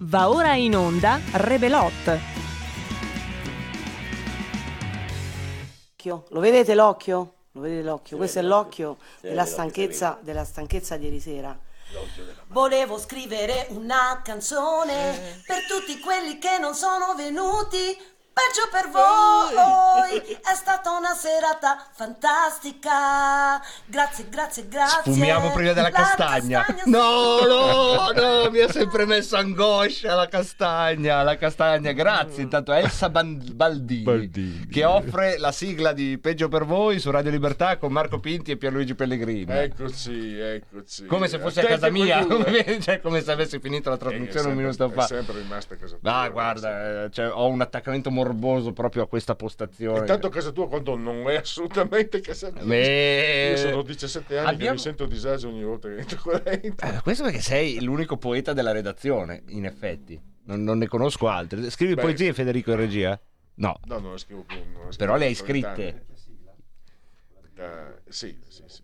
Va ora in onda Rebelot. Lo vedete l'occhio? Lo vedete l'occhio? Questo è l'occhio della stanchezza di ieri sera. Volevo scrivere una canzone per tutti quelli che non sono venuti. Peggio per voi, è stata una serata fantastica. Grazie. Sfumiamo prima della castagna. No, mi ha sempre messo angoscia la castagna. Grazie intanto a Elsa Baldini, che offre la sigla di Peggio per voi su Radio Libertà con Marco Pinti e Pierluigi Pellegrini. Eccoci. Come se fosse a casa mia, cioè come se avessi finito la trasmissione un minuto fa. È sempre rimasta a casa tua. Guarda, ho un attaccamento morboso proprio a questa postazione. Intanto a casa tua quando non è assolutamente casa mia. Io sono 17 anni che mi sento disagio ogni volta che entro qua dentro. Questo perché sei l'unico poeta della redazione, in effetti. Non ne conosco altri. Scrivi poesie, Federico, in regia? No, non le scrivo più. Però le hai scritte? Sì,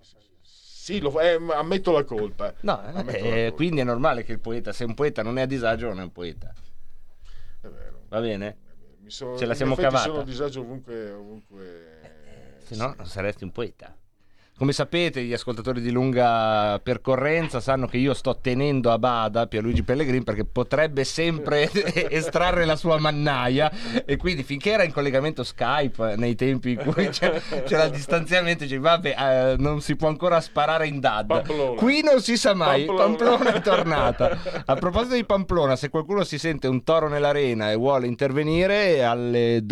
ammetto la colpa. No, quindi è normale che il poeta, se un poeta non è a disagio, non è un poeta. È vero. Va bene? Ce la in siamo effetti cavata. Sono a disagio ovunque. Se no, non saresti un poeta. Come sapete, gli ascoltatori di lunga percorrenza sanno che io sto tenendo a bada Pierluigi Pellegrini perché potrebbe sempre estrarre la sua mannaia, e quindi finché era in collegamento Skype nei tempi in cui c'era il distanziamento, non si può ancora sparare in DAD. Pamplona. Qui non si sa mai. Pamplona è tornata. A proposito di Pamplona, se qualcuno si sente un toro nell'arena e vuole intervenire, alle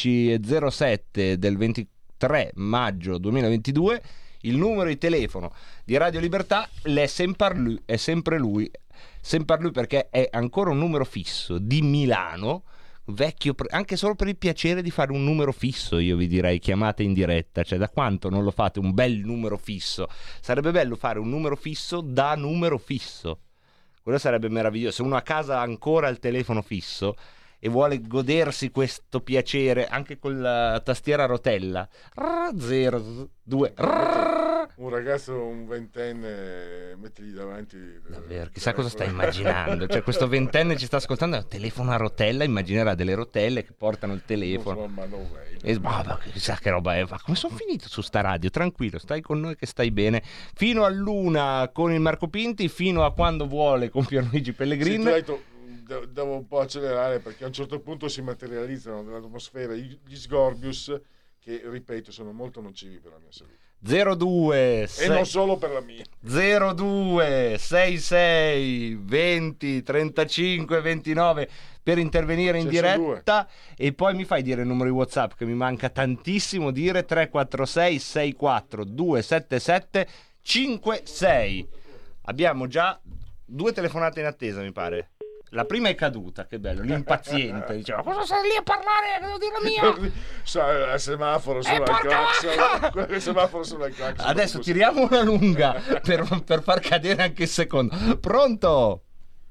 12.07 del 23 maggio 2022 il numero di telefono di Radio Libertà è sempre lui perché è ancora un numero fisso di Milano, vecchio, anche solo per il piacere di fare un numero fisso. Io vi direi, chiamate in diretta, cioè da quanto non lo fate un bel numero fisso? Sarebbe bello fare un numero fisso da numero fisso, quello sarebbe meraviglioso. Se uno a casa ha ancora il telefono fisso e vuole godersi questo piacere anche con la tastiera a rotella, 0, 2, un ragazzo, un ventenne, mettergli davanti. Davvero, chissà cosa sta immaginando. Cioè, questo ventenne ci sta ascoltando, ha un telefono a rotella, immaginerà delle rotelle che portano il telefono. Chissà che roba è. Ma come sono finito su sta radio? Tranquillo, stai con noi che stai bene. Fino all'una con il Marco Pinti, fino a quando vuole con Pierluigi Pellegrini. Sì, devo un po' accelerare perché a un certo punto si materializzano nell'atmosfera gli sgorbius che, ripeto, sono molto nocivi per la mia salute. 02 e non solo per la mia. 02 66 20 35 29 per intervenire in diretta. E poi mi fai dire il numero di WhatsApp, che mi manca tantissimo dire: 346 64 277 56. Abbiamo già 2 telefonate in attesa, mi pare. La prima è caduta, che bello, l'impaziente diceva: cosa stai lì a parlare, devo dire la mia. Il semaforo sulla clacson. Adesso tiriamo una lunga per far cadere anche il secondo. Pronto?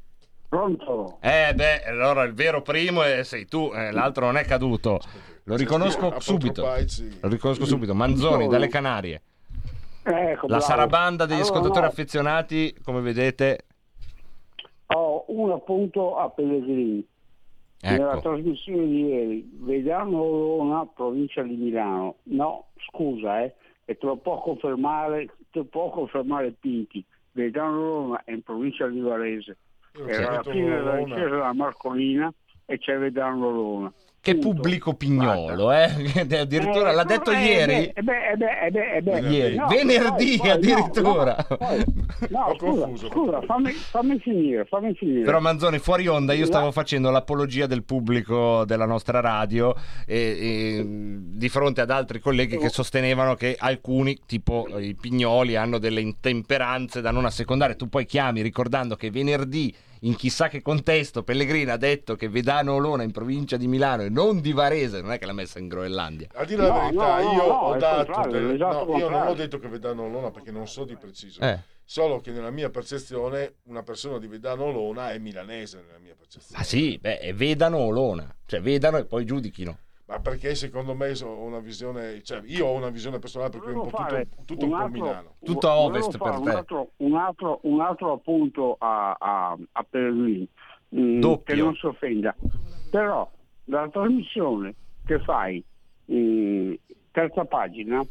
Allora il vero primo sei tu, l'altro non è caduto. Lo riconosco subito. Manzoni, dalle Canarie. La sarabanda degli ascoltatori affezionati, come vedete. Ho un appunto a Pellegrini. Nella trasmissione di ieri, Vedano Olona, provincia di Milano. No, scusa, e te lo può confermare Pinti. Vedano Olona è in provincia di Varese. Era alla fine della discesa della Marcolina e c'è Vedano Olona. Che pubblico pignolo, addirittura l'ha detto ieri. Ieri. No, venerdì poi, addirittura. Scusa, fammi finire. Però Manzoni, fuori onda io stavo facendo l'apologia del pubblico della nostra radio e di fronte ad altri colleghi che sostenevano che alcuni, tipo i pignoli, hanno delle intemperanze da non assecondare. Tu poi chiami ricordando che venerdì, in chissà che contesto, Pellegrini ha detto che Vedano Olona in provincia di Milano e non di Varese, non è che l'ha messa in Groenlandia. A dire la verità, io non ho detto che Vedano Olona perché non so di preciso. Solo che nella mia percezione una persona di Vedano Olona è milanese nella mia percezione. Ah sì, è Vedano Olona, cioè vedano e poi giudichino. Ma perché secondo me ho una visione, cioè io ho una visione personale per cui è un po' tutto un po' Milano. Tutto a ovest per te. Un altro appunto a Pellegrini. che non si offenda. Però la trasmissione che fai, terza pagina,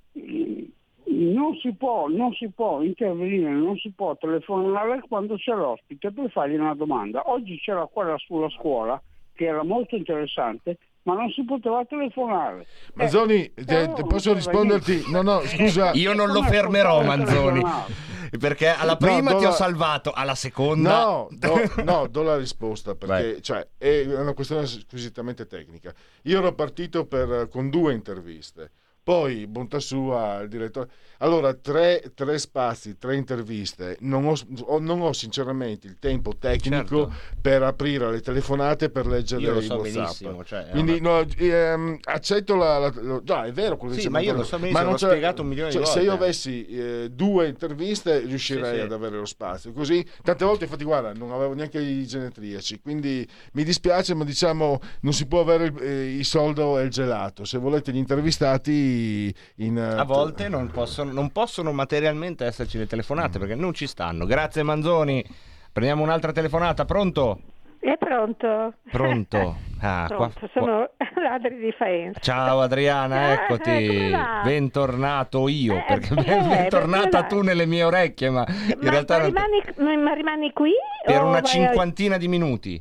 non si può intervenire, non si può telefonare quando c'è l'ospite per fargli una domanda. Oggi c'era quella sulla scuola che era molto interessante, ma non si poteva telefonare. Manzoni, posso risponderti? No, scusa. Io non lo fermerò, Manzoni, perché alla prima ti ho salvato, alla seconda... No, do la risposta, perché è una questione squisitamente tecnica. Io ero partito con 2 interviste. Poi, bontà sua, il direttore... Allora, 3 spazi, 3 interviste. Non ho sinceramente il tempo tecnico per aprire le telefonate, per leggere i WhatsApp. Quindi accetto è vero quello che dice. Ma io lo so benissimo, l'ho spiegato un milione di volte. Se io avessi 2 interviste riuscirei ad avere lo spazio. Così, tante volte, infatti, guarda, non avevo neanche i genetriaci. Quindi mi dispiace, ma diciamo non si può avere il soldo e il gelato. Se volete gli intervistati a volte non possono materialmente esserci le telefonate perché non ci stanno. Grazie Manzoni. Prendiamo un'altra telefonata. Pronto? È pronto? Pronto. Pronto. Sono Adri di Faenza. Ciao Adriana, eccoti. Bentornato io, perché bentornata tu nelle mie orecchie, ma in realtà rimani qui? Per una cinquantina di minuti.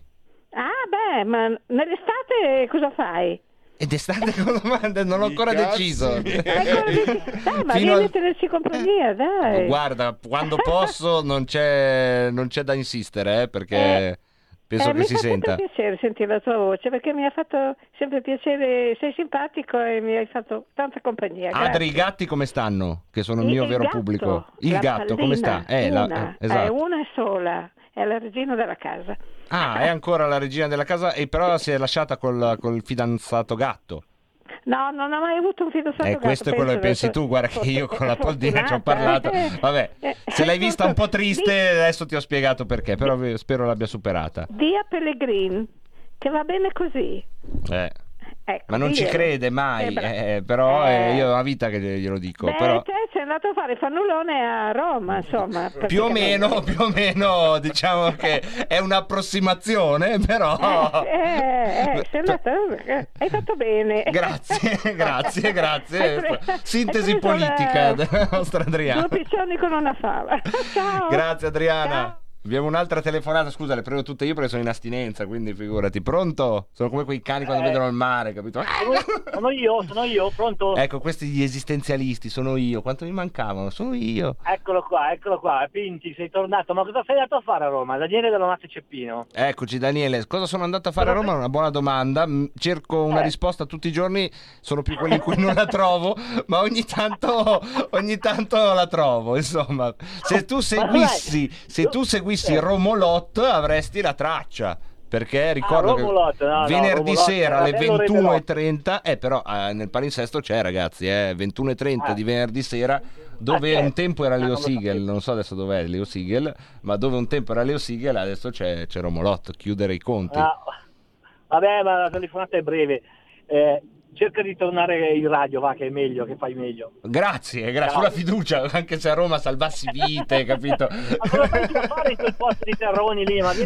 Ma nell'estate cosa fai? Ed estate con domande, non ho ancora deciso. Ma vieni a tenerci compagnia, dai. Guarda, quando posso non c'è da insistere, perché penso che si senta. Mi fa piacere sentire la tua voce, perché mi ha fatto sempre piacere, sei simpatico e mi hai fatto tanta compagnia. Adri, i gatti come stanno? Che sono il mio vero pubblico. Il gatto come sta? Esatto. Una sola. È la regina della casa. È ancora la regina della casa, e però si è lasciata col fidanzato gatto. No, non ho mai avuto un fidanzato gatto. Questo è quello che pensi tu, guarda che io con la Poldina ci ho parlato. Vabbè, se l'hai vista un po' triste, adesso ti ho spiegato perché, però spero l'abbia superata. Dia Pellegrin, che va bene così. Ecco, ma non ci crede mai, però io ho una vita che glielo dico. Però... te sei andato a fare fannullone a Roma, insomma. Più o meno, diciamo che è un'approssimazione, però... sei andato, hai fatto bene. Grazie. Sintesi politica della nostra Adriana. 2 piccioni con una fava. Ciao. Grazie Adriana. Ciao. Abbiamo un'altra telefonata, scusa, le prendo tutte io perché sono in astinenza, quindi figurati. Pronto? Sono come quei cani quando vedono il mare, capito? Sono io, pronto? Ecco, questi gli esistenzialisti, sono io. Quanto mi mancavano? Sono io. Eccolo qua, Pinti, sei tornato. Ma cosa sei andato a fare a Roma? Daniele della Mazza Ceppino. Eccoci Daniele, cosa sono andato a fare a Roma? È una buona domanda. Cerco una risposta tutti i giorni, sono più quelli in cui non la trovo, ma ogni tanto la trovo, insomma. Se tu seguissi Romolot avresti la traccia, perché ricordo che venerdì sera alle 21:30 però nel palinsesto c'è, ragazzi, 21:30 di venerdì sera, dove un tempo era Leo Siegel, non so adesso dov'è Leo Siegel, ma dove un tempo era Leo Siegel adesso c'è Romolot, chiudere i conti. Vabbè, ma la telefonata è breve. Cerca di tornare in radio, va, che è meglio, che fai meglio. Grazie, sulla fiducia, anche se a Roma salvassi vite, capito? Ma cosa fai tu a fare in quel posto di Terroni lì? Ma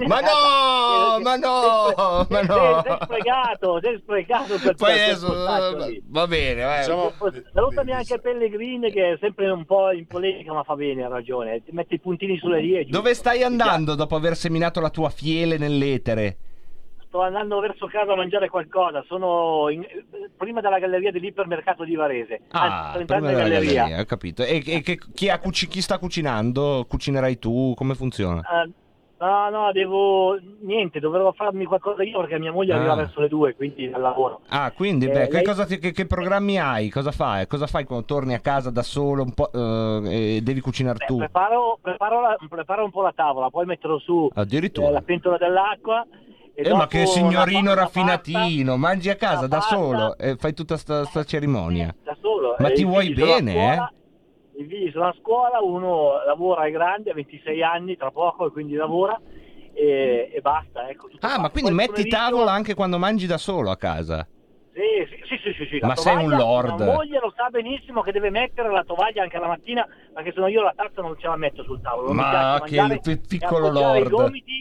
no! Sei sprecato per poi adesso va bene, salutami anche Pellegrini, che è sempre un po' in polemica, ma fa bene, ha ragione, ti mette i puntini sulle i. Dove stai andando dopo aver seminato la tua fiele nell'etere? Sto andando verso casa a mangiare qualcosa, sono prima della galleria dell'ipermercato di Varese. Sto entrando in galleria, ho capito. E chi sta cucinando? Cucinerai tu? Come funziona? No, dovevo farmi qualcosa io perché mia moglie arriva verso le 2, quindi dal lavoro. Quindi che programmi hai? Cosa fai? Cosa fai quando torni a casa da solo un po', e devi cucinare tu? Preparo un po' la tavola, poi metterò su la pentola dell'acqua. Ma che signorino raffinatino, mangi a casa da solo e fai tutta sta cerimonia. Da solo. Ma ti vuoi bene, I figli sono a scuola, uno lavora, è grande, ha 26 anni, tra poco, e quindi lavora e basta. Ecco, ma quindi metti tavola anche quando mangi da solo a casa? Sì. Ma sei un lord. Mia moglie lo sa benissimo che deve mettere la tovaglia anche la mattina, perché sennò io la tazza non ce la metto sul tavolo. Ma che piccolo lord.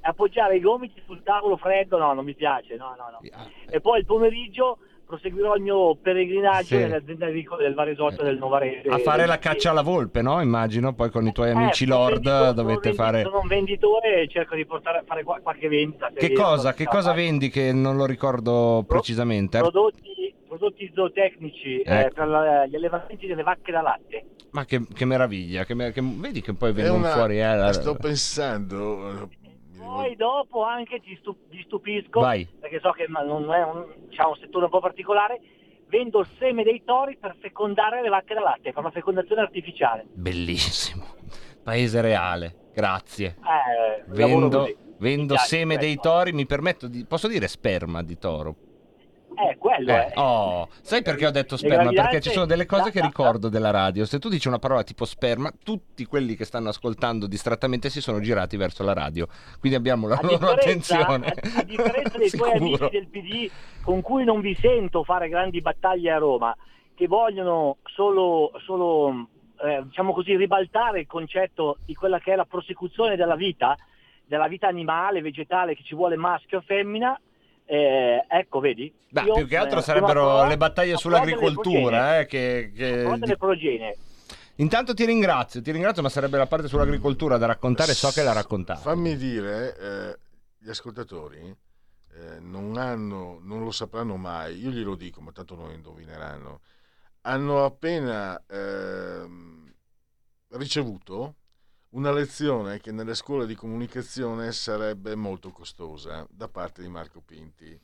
appoggiare i gomiti sul tavolo freddo, no, non mi piace, no. E poi il pomeriggio proseguirò il mio peregrinaggio nell'azienda agricola del Varesotto del Novarese. A fare la caccia alla volpe, no? Immagino, poi con i tuoi amici lord dovete fare... Sono un venditore e cerco di fare qualche vendita. Che cosa vendi che non lo ricordo precisamente? Prodotti zootecnici per gli allevamenti delle vacche da latte. Ma che meraviglia, vedi che poi vengono fuori... Sto pensando... Poi dopo anche ti stupisco, Vai. perché so che non è un settore un po' particolare, vendo il seme dei tori per fecondare le vacche da latte, per una fecondazione artificiale. Bellissimo, paese reale, grazie. Vendo seme dei tori, mi permetto posso dire sperma di toro? Quello è. Oh, sai perché ho detto sperma? Perché ci sono delle cose che ricordo della radio. Se tu dici una parola tipo sperma, tutti quelli che stanno ascoltando distrattamente si sono girati verso la radio. Quindi abbiamo la loro attenzione. A differenza dei tuoi amici del PD, con cui non vi sento fare grandi battaglie a Roma, che vogliono solo diciamo così, ribaltare il concetto di quella che è la prosecuzione della vita animale, vegetale, che ci vuole maschio o femmina. Ecco, vedi? Più che altro sarebbero le battaglie sull'agricoltura, delle progenie. Intanto ti ringrazio, ma sarebbe la parte sull'agricoltura da raccontare, so che la raccontate. Fammi dire, gli ascoltatori non lo sapranno mai, io glielo dico, ma tanto non indovineranno. Hanno appena ricevuto una lezione che nelle scuole di comunicazione sarebbe molto costosa da parte di Marco Pinti.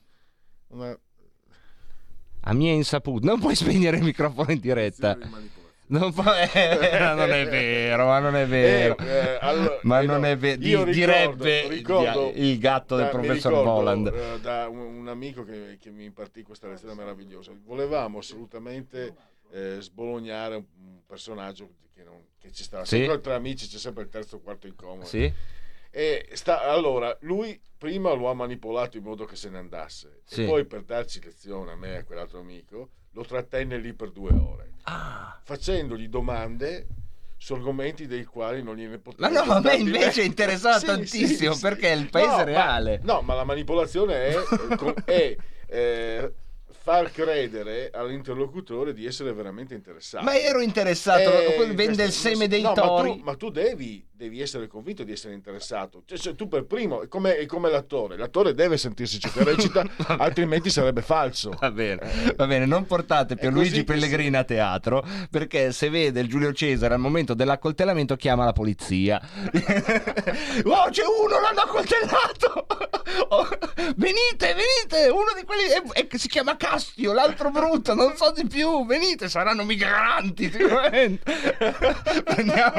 A mia insaputa, non puoi spegnere il microfono in diretta. Non è vero, ma non è vero. Non è vero. Ricordo il gatto del professor Boland. Da un amico che mi impartì questa lezione meravigliosa. Volevamo assolutamente sbolognare un personaggio che ci stava sempre tra amici, c'è sempre il terzo o quarto incomodo. Sì. Allora lui prima lo ha manipolato in modo che se ne andasse e poi, per darci lezione a me e a quell'altro amico, lo trattenne lì per 2 ore facendogli domande su argomenti dei quali non gliene poteva. Ma no, a me invece interessava tantissimo perché è il paese reale. Ma la manipolazione è far credere all'interlocutore di essere veramente interessato. Ma ero interessato, vende il seme dei tori. Ma tu devi essere convinto di essere interessato. Cioè, tu per primo, è come l'attore deve sentirsi ciò che recita, altrimenti sarebbe falso. Va bene, non portate Pierluigi Pellegrini a teatro, perché se vede il Giulio Cesare al momento dell'accoltellamento chiama la polizia. Oh, c'è uno, l'hanno accoltellato! Oh, venite, uno di quelli si chiama Castio, l'altro brutto, non so di più, venite, saranno migranti sicuramente. Prendiamo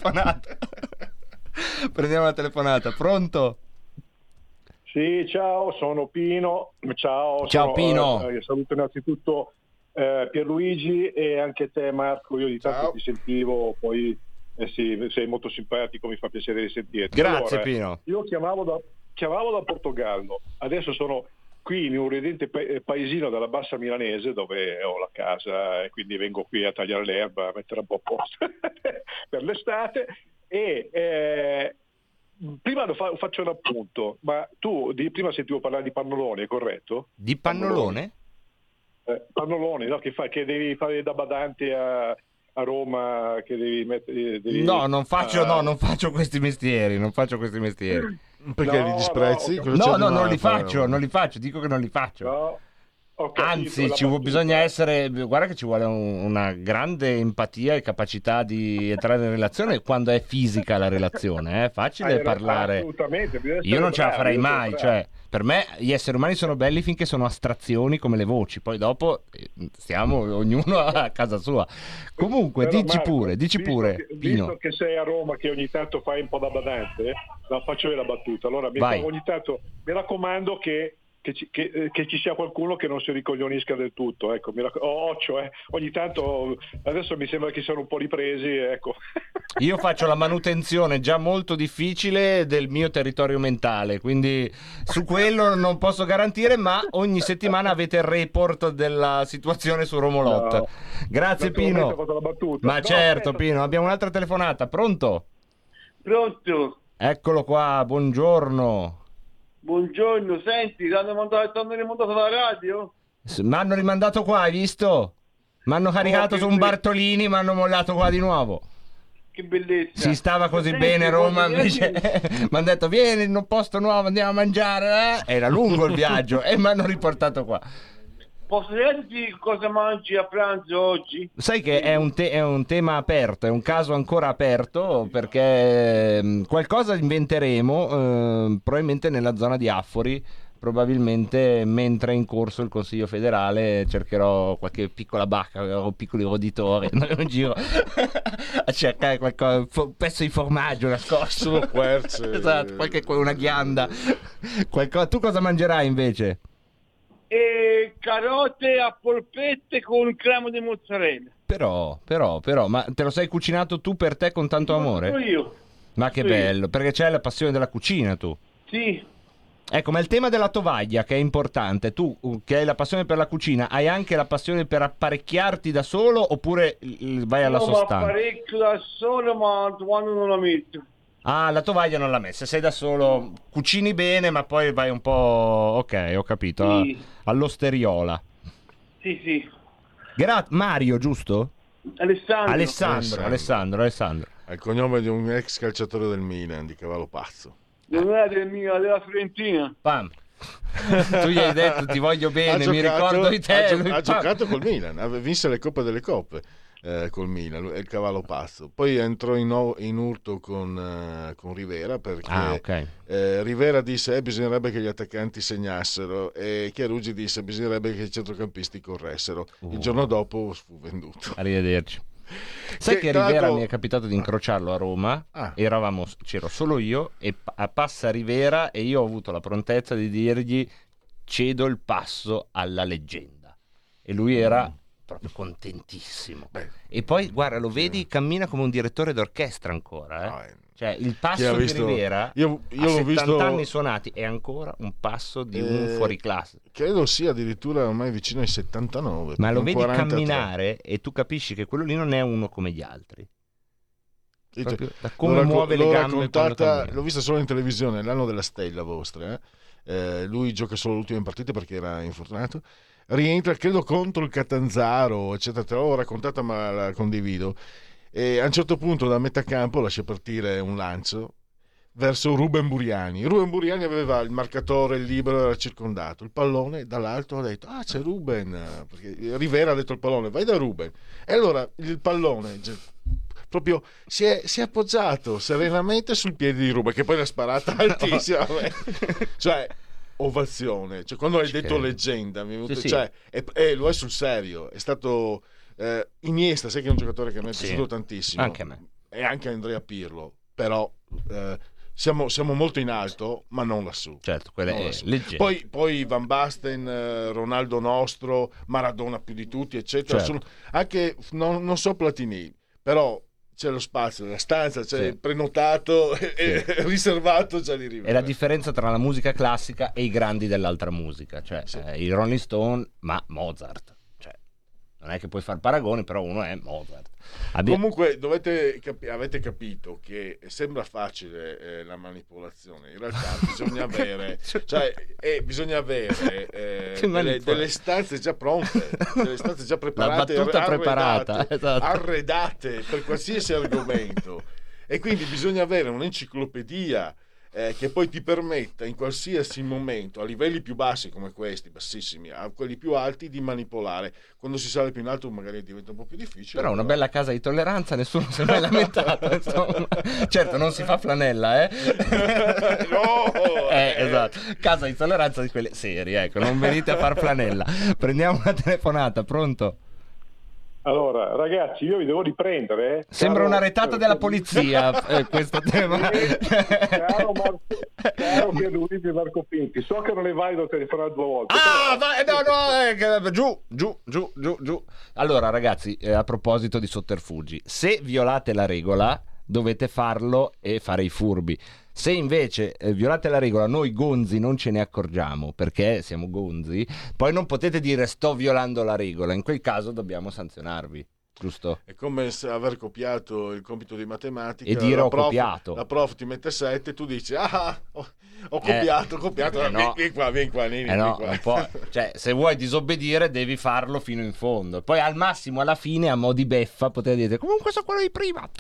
la telefonata. Pronto? Sì, ciao, sono Pino. Ciao Pino. Saluto innanzitutto Pierluigi e anche te, Marco. Io di tanto ti sentivo, poi sei molto simpatico, mi fa piacere risentirti. Grazie, allora, Pino. Io chiamavo da Portogallo, adesso sono qui in un ridente paesino della Bassa Milanese dove ho la casa e quindi vengo qui a tagliare l'erba, a mettere un po' a posto per l'estate. E prima faccio un appunto, ma tu prima sentivo parlare di pannolone, è corretto? Di pannolone? Pannolone, no? Che devi fare da badante a Roma, che devi mettere... No, non faccio questi mestieri. Perché li disprezzi? No, non li faccio, dico che non li faccio. No. Anzi, bisogna essere, guarda che ci vuole una grande empatia e capacità di entrare in relazione quando è fisica la relazione, è facile parlare. Assolutamente. Io non ce la farei mai, cioè, per me gli esseri umani sono belli finché sono astrazioni come le voci, poi dopo stiamo ognuno a casa sua. Comunque, però, dici Marco, pure, Pino. Visto che sei a Roma, che ogni tanto fai un po' da badante, la faccio io la battuta. Allora, ogni tanto mi raccomando che ci sia qualcuno che non si ricoglionisca del tutto, ecco, ogni tanto adesso mi sembra che siano un po' ripresi, ecco. Io faccio la manutenzione già molto difficile del mio territorio mentale, quindi su quello non posso garantire, ma ogni settimana avete il report della situazione su Romolot. No, grazie Pino. La battuta. Ma certo, Pino, abbiamo un'altra telefonata, pronto? Pronto? Eccolo qua, buongiorno. Buongiorno, senti, ti hanno rimontato la radio? Mi hanno rimandato qua, hai visto? Mi hanno caricato su un Bartolini, mi hanno mollato qua di nuovo. Che bellezza. Si stava così bene a Roma, invece mi hanno detto vieni in un posto nuovo, andiamo a mangiare. Era lungo il viaggio e mi hanno riportato qua. Posso chiederti cosa mangi a pranzo oggi? Sai che è un tema aperto, è un caso ancora aperto, perché qualcosa inventeremo, probabilmente nella zona di Affori. Probabilmente mentre è in corso il Consiglio federale cercherò qualche piccola bacca o piccoli roditori, andrò in giro a cercare qualcosa, un pezzo di formaggio nascosto, solo querce, esatto, una ghianda, qualcosa. Tu cosa mangerai invece? E carote a polpette con crema di mozzarella. Però, ma te lo sei cucinato tu per te con tanto amore? Io. Ma che bello, perché c'hai la passione della cucina tu. Sì. Ecco, ma il tema della tovaglia che è importante, tu che hai la passione per la cucina, hai anche la passione per apparecchiarti da solo oppure vai alla sostanza? No, ma apparecchio da solo, ma quando non la metto. Ah, la tovaglia non l'ha messa, sei da solo, cucini bene ma poi vai un po'... Ok, ho capito, sì. All'osteriola. Sì. Mario, giusto? Alessandro. È il cognome di un ex calciatore del Milan, di Cavallo Pazzo. Non è della Fiorentina. Pam. Tu gli hai detto ti voglio bene, mi ricordo di te. Ha giocato col Milan, vinse le Coppe delle Coppe col Milan, è il Cavallo Pazzo. Poi entrò in urto con Rivera perché Rivera disse bisognerebbe che gli attaccanti segnassero e Chiarugi disse bisognerebbe che i centrocampisti corressero. Il giorno dopo fu venduto. Arrivederci. Sai che Rivera mi è capitato di incrociarlo a Roma, c'ero solo io e passa Rivera e io ho avuto la prontezza di dirgli cedo il passo alla leggenda e lui era proprio contentissimo. E poi guarda, lo vedi, cammina come un direttore d'orchestra ancora, Cioè il passo di Rivera io a 70 anni suonati è ancora un passo di un fuoriclasse. Credo sia addirittura ormai vicino ai 79. Ma lo vedi 43. Camminare e tu capisci che quello lì non è uno come gli altri. Proprio da come muove le gambe. L'ho vista solo in televisione l'anno della stella vostra. Lui gioca solo l'ultima partita perché era infortunato. Rientra credo contro il Catanzaro, eccetera. Te l'ho raccontata ma la condivido. E a un certo punto da metà campo lascia partire un lancio verso Ruben Buriani. Ruben Buriani aveva il marcatore, il libero, era circondato. Il pallone dall'alto ha detto c'è Ruben, perché Rivera ha detto il pallone vai da Ruben, e allora il pallone proprio si è appoggiato serenamente sul piede di Ruben, che poi l'ha sparata altissima. Cioè ovazione, cioè quando hai detto leggenda mi è venuto, cioè, lo è sul serio, è stato Iniesta, sai che è un giocatore che mi è piaciuto tantissimo, anche a me e anche Andrea Pirlo, però siamo molto in alto ma non lassù, certo, quella è leggenda. Poi Van Basten, Ronaldo nostro, Maradona più di tutti eccetera, certo. Anche non so Platini, però c'è lo spazio nella stanza, c'è prenotato e riservato già di Rivera. È la differenza tra la musica classica e i grandi dell'altra musica, cioè i Rolling Stone ma Mozart, cioè non è che puoi far paragoni, però uno è Mozart. Comunque avete capito che sembra facile la manipolazione, in realtà bisogna avere delle stanze già pronte, delle stanze già preparate, la battuta preparata, arredate per qualsiasi argomento, e quindi bisogna avere un'enciclopedia che poi ti permetta in qualsiasi momento, a livelli più bassi come questi, bassissimi, a quelli più alti, di manipolare. Quando si sale più in alto magari diventa un po' più difficile. Però una bella casa di tolleranza, nessuno si è mai lamentato, insomma. Certo, non si fa flanella, No! Esatto, casa di tolleranza di quelle serie, ecco, non venite a far flanella. Prendiamo una telefonata, pronto? Allora, ragazzi, io vi devo riprendere. Sembra una retata della polizia questo tema. Caro Pierluigi Marco Pinti, so che non è valido telefonare 2 volte. Giù. Allora, ragazzi, a proposito di sotterfugi, se violate la regola dovete farlo e fare i furbi. Se invece violate la regola, noi gonzi non ce ne accorgiamo perché siamo gonzi, poi non potete dire sto violando la regola, in quel caso dobbiamo sanzionarvi. Giusto. È come se aver copiato il compito di matematica e dire ho copiato. La prof ti mette 7, tu dici ho copiato, no. vieni qua, Nini, no, qua. un po', cioè, se vuoi disobbedire devi farlo fino in fondo. Poi al massimo alla fine, a mo' di beffa, potete dire comunque sono quello di prima.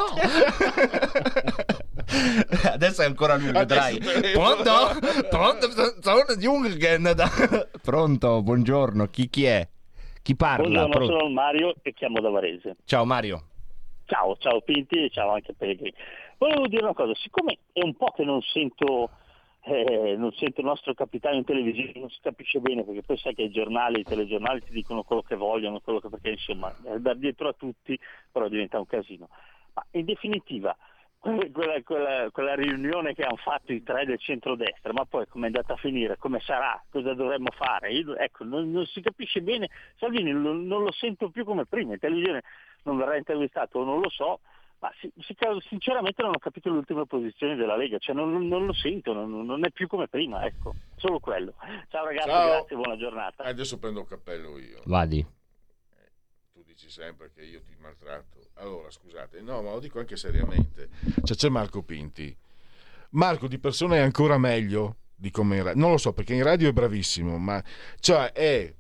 Adesso è ancora lui, vedrai. Pronto? Sono Jungen. Pronto, buongiorno. Chi è? Chi parla? Buongiorno, sono Mario e chiamo da Varese. Ciao Mario. Ciao Pinti e ciao anche Pellegrini. Volevo dire una cosa, siccome è un po' che non sento il nostro capitano in televisione, non si capisce bene, perché poi sai che i telegiornali ti dicono quello che vogliono, perché insomma da dietro a tutti, però diventa un casino. Ma in definitiva quella riunione che hanno fatto i 3 del centrodestra, ma poi come è andata a finire, come sarà, cosa dovremmo fare? Non si capisce bene. Salvini non lo sento più come prima, in televisione non verrà intervistato, non lo so, ma sinceramente non ho capito le ultime posizioni della Lega, cioè non lo sento, non è più come prima, ecco, solo quello. Ciao ragazzi, grazie, buona giornata. Adesso prendo il cappello io. Vadi. Tu dici sempre che io ti maltratto. Allora, scusate, no, ma lo dico anche seriamente. C'è Marco Pinti. Marco di persona è ancora meglio di come in radio. Non lo so, perché in radio è bravissimo, ma cioè è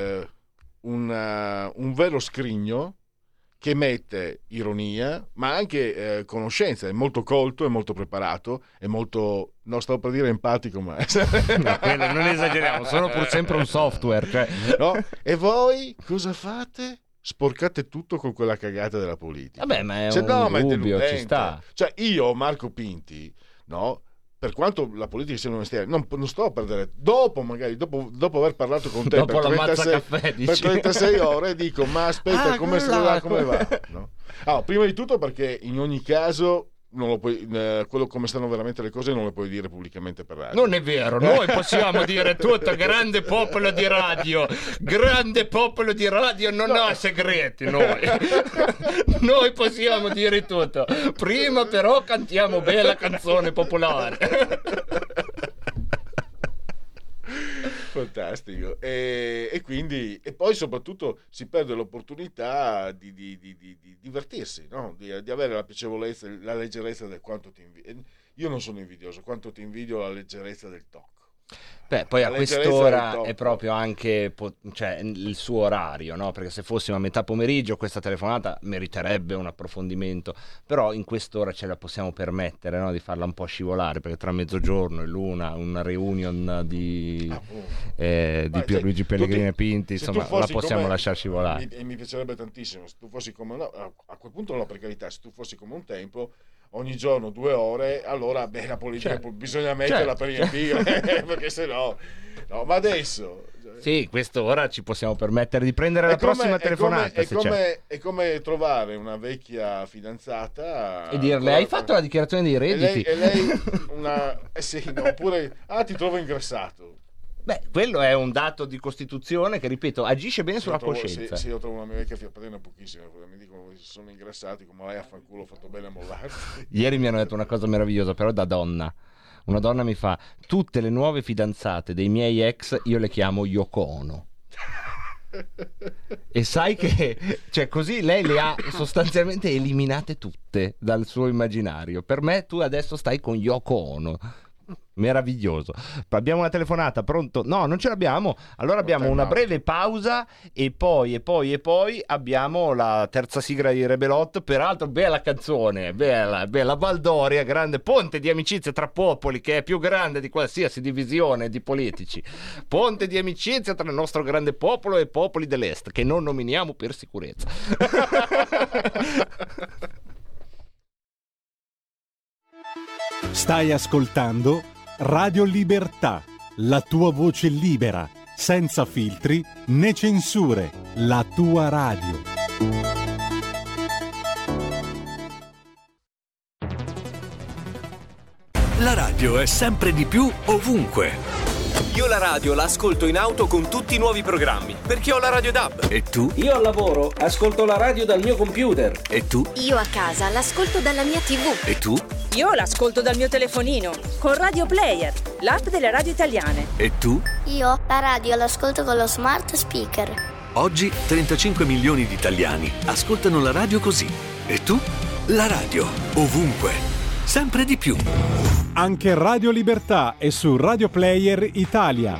un vero scrigno che mette ironia, ma anche conoscenza. È molto colto, è molto preparato, è molto, non stavo per dire empatico, ma no, quello non esageriamo, sono pur sempre un software, cioè. No? E voi cosa fate? Sporcate tutto con quella cagata della politica. Vabbè, ma è un dubbio, ci sta. Cioè io, Marco Pinti, no? Per quanto la politica sia un mestiere, non sto a perdere. Dopo aver parlato con te per 36 ore, dico: ma aspetta, come va? No? Prima di tutto, perché in ogni caso non lo puoi, quello come stanno veramente le cose non le puoi dire pubblicamente per radio. Non è vero, noi possiamo dire tutto. Grande popolo di radio, non ha segreti. Noi possiamo dire tutto. Prima però cantiamo bella canzone popolare. Fantastico. E quindi, e poi soprattutto si perde l'opportunità di divertirsi, no? Di avere la piacevolezza, la leggerezza del quanto ti invidio. Io non sono invidioso, quanto ti invidio la leggerezza del tocco. Beh, poi a quest'ora è proprio anche cioè, il suo orario, no? Perché se fossimo a metà pomeriggio questa telefonata meriterebbe un approfondimento, però in quest'ora ce la possiamo permettere, no? Di farla un po' scivolare, perché tra mezzogiorno e l'una una reunion di Pierluigi Pellegrini e Pinti, insomma la possiamo lasciare scivolare. Mi piacerebbe tantissimo se tu fossi come a quel punto no, per carità, se tu fossi come un tempo ogni giorno 2 ore, allora la politica bisogna metterla per riempire, perché se no, ma adesso sì, quest'ora ci possiamo permettere di prendere la prossima telefonata. È come trovare una vecchia fidanzata e dirle: hai fatto la dichiarazione dei redditi? E lei oppure ti trovo ingrassato. Beh, quello è un dato di Costituzione che, ripeto, agisce bene sulla coscienza. Sì, io trovo una mia vecchia fidanzata pochissimo, mi dicono che sono ingrassati, come lei a fanculo ho fatto bene a mollarsi. Ieri mi hanno detto una cosa meravigliosa, però da donna. Una donna mi fa: tutte le nuove fidanzate dei miei ex io le chiamo Yoko Ono. E sai che, cioè, così lei le ha sostanzialmente eliminate tutte dal suo immaginario. Per me tu adesso stai con Yoko Ono. Meraviglioso. Abbiamo una telefonata, pronto? No, non ce l'abbiamo. Allora abbiamo una breve pausa e poi abbiamo la terza sigla di Rebelot. Peraltro bella canzone, bella Valdoria, grande ponte di amicizia tra popoli, che è più grande di qualsiasi divisione di politici. Ponte di amicizia tra il nostro grande popolo e popoli dell'est, che non nominiamo per sicurezza. Stai ascoltando Radio Libertà, la tua voce libera, senza filtri né censure, la tua radio. La radio è sempre di più ovunque. Io la radio la ascolto in auto con tutti i nuovi programmi, perché ho la radio DAB. E tu? Io al lavoro ascolto la radio dal mio computer. E tu? Io a casa l'ascolto dalla mia TV. E tu? Io l'ascolto dal mio telefonino, con Radio Player, l'app delle radio italiane. E tu? Io la radio l'ascolto con lo smart speaker. Oggi 35 milioni di italiani ascoltano la radio così. E tu? La radio, ovunque, sempre di più. Anche Radio Libertà è su Radio Player Italia.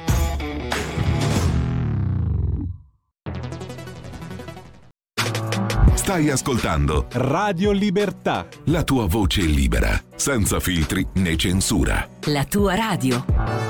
Stai ascoltando Radio Libertà, la tua voce libera, senza filtri né censura. La tua radio.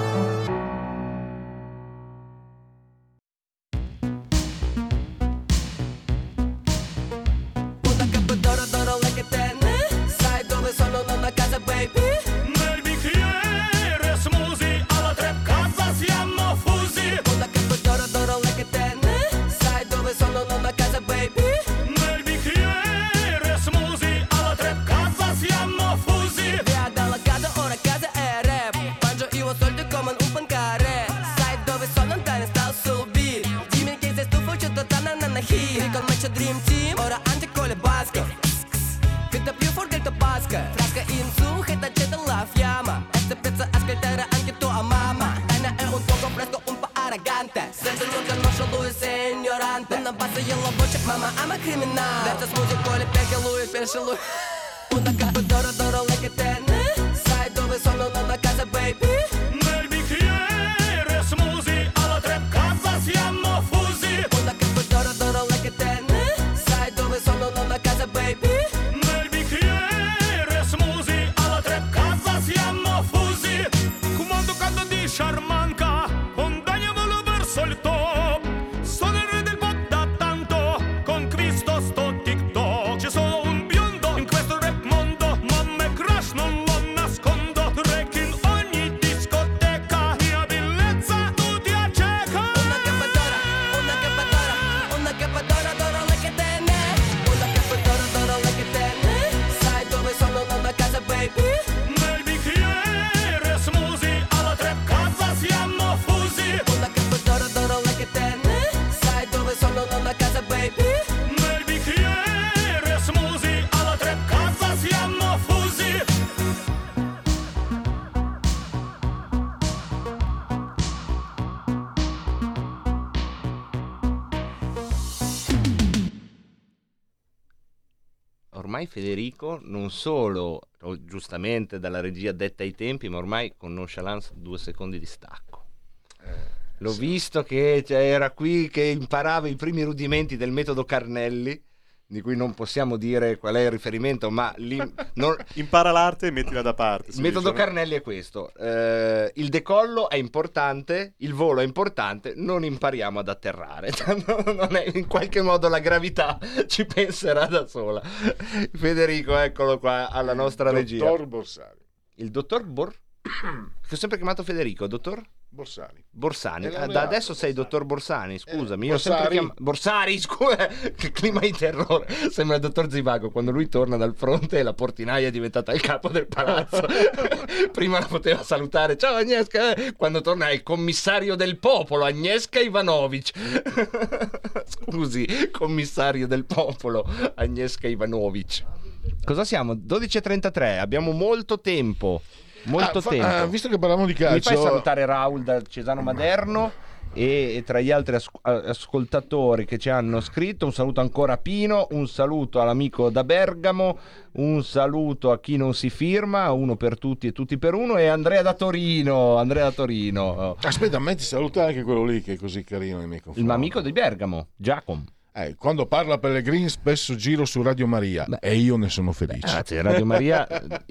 Una cappa d'oro d'oro like te, sai dove sono nonna casa baby. Nel bicchiere smusi, alla tre casa siamo fusi. Una cappa d'oro d'oro like te, sai dove sono nonna casa baby. Nel bicchiere smusi, alla tre casa siamo fusi. Comando canto di Sciarmanca, condagliamolo verso il top. Sono il re del pop da tanto, conquisto sto TikTok. Ci sono un biondo in questo rap mondo, ma me crush non lo nascondo. Rec in ogni discoteca, mia bellezza tu ti acceca. Una cappa d'oro, una cappa d'oro, una cappa d'oro d'oro like te ne. Una cappa d'oro d'oro like te ne. Sai dove sono nonna casa baby. Nel bicchiere smusi, alla tre casa siamo fusi. Una cappa d'oro d'oro like te ne. Sai dove sono nonna casa baby. Nel bicchiere smusi, alla tre casa siamo fusi. Ormai Federico non solo, giustamente dalla regia detta ai tempi, ma ormai con nonchalance 2 secondi di stacco. L'ho visto che era qui che imparava i primi rudimenti del metodo Carnelli, di cui non possiamo dire qual è il riferimento, ma impara l'arte e mettila da parte. il metodo Carnelli è questo: il decollo è importante, il volo è importante, non impariamo ad atterrare. Non è, in qualche modo la gravità ci penserà da sola. Federico, eccolo qua alla nostra regia. Dottor Borsari. Il dottor che ho sempre chiamato Federico, dottor Borsani. Da adesso sei dottor Borsani, scusami. Io ho sempre chiamato Borsari, scusa, che clima di terrore. Sembra il dottor Zivago quando lui torna dal fronte e la portinaia è diventata il capo del palazzo. Prima la poteva salutare, ciao Agnieszka, quando torna è il commissario del popolo, Agnieszka Ivanovic. Scusi, commissario del popolo, Agnieszka Ivanovic. Cosa siamo? 12:33, abbiamo molto tempo. Tempo. Visto che parliamo di calcio, mi fai salutare Raul da Cesano Maderno e tra gli altri ascoltatori che ci hanno scritto, un saluto ancora a Pino, un saluto all'amico da Bergamo, un saluto a chi non si firma, uno per tutti e tutti per uno, e Andrea da Torino. Aspetta, a me ti saluta anche quello lì che è così carino nei miei confronti. Il mio amico di Bergamo, Giacomo. Quando parla Pellegrini spesso giro su Radio Maria e io ne sono felice. Grazie, Radio Maria,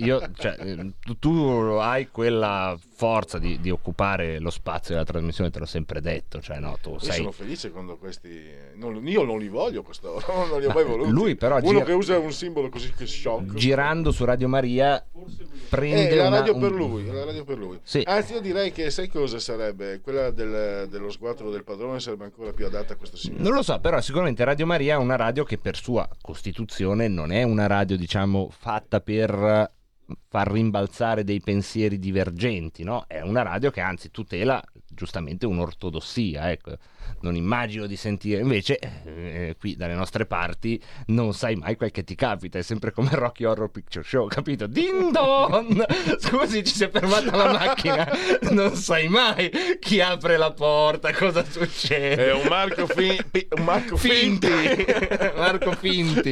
tu hai quella forza di occupare lo spazio della trasmissione, te l'ho sempre detto. Io sono felice quando questi... io non li voglio quest'ora, non li ho mai voluti. Lui però che usa un simbolo così che shock. Girando su Radio Maria prende la radio per lui, la radio per lui. Sì. Anzi, io direi che sai cosa sarebbe? Quella dello sguardo del padrone sarebbe ancora più adatta a questo simbolo. Non lo so, però sicuramente Radio Maria è una radio che per sua costituzione non è una radio, fatta per far rimbalzare dei pensieri divergenti, no? È una radio che anzi tutela giustamente un'ortodossia, ecco. Non immagino di sentire invece qui dalle nostre parti non sai mai quel che ti capita, è sempre come Rocky Horror Picture Show, capito? Ding dong! Scusi, ci si è fermata la macchina, non sai mai chi apre la porta, cosa succede. È un Marco Finti. Marco Finti.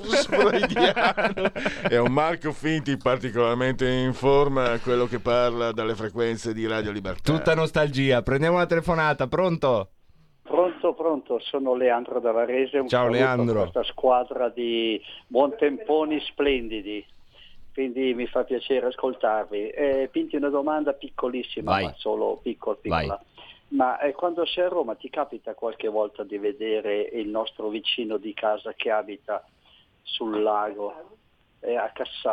È un Marco Finti particolarmente in forma, quello che parla dalle frequenze di Radio Libertà. Tutta nostalgia. Prendiamo una telefonata, pronto? Pronto, sono Leandro da Varese. Ciao Leandro. Questa squadra di buontemponi splendidi, quindi mi fa piacere ascoltarvi. Pinti, una domanda piccolissima, Vai. ma solo piccola. Vai. Ma quando sei a Roma ti capita qualche volta di vedere il nostro vicino di casa che abita sul lago, a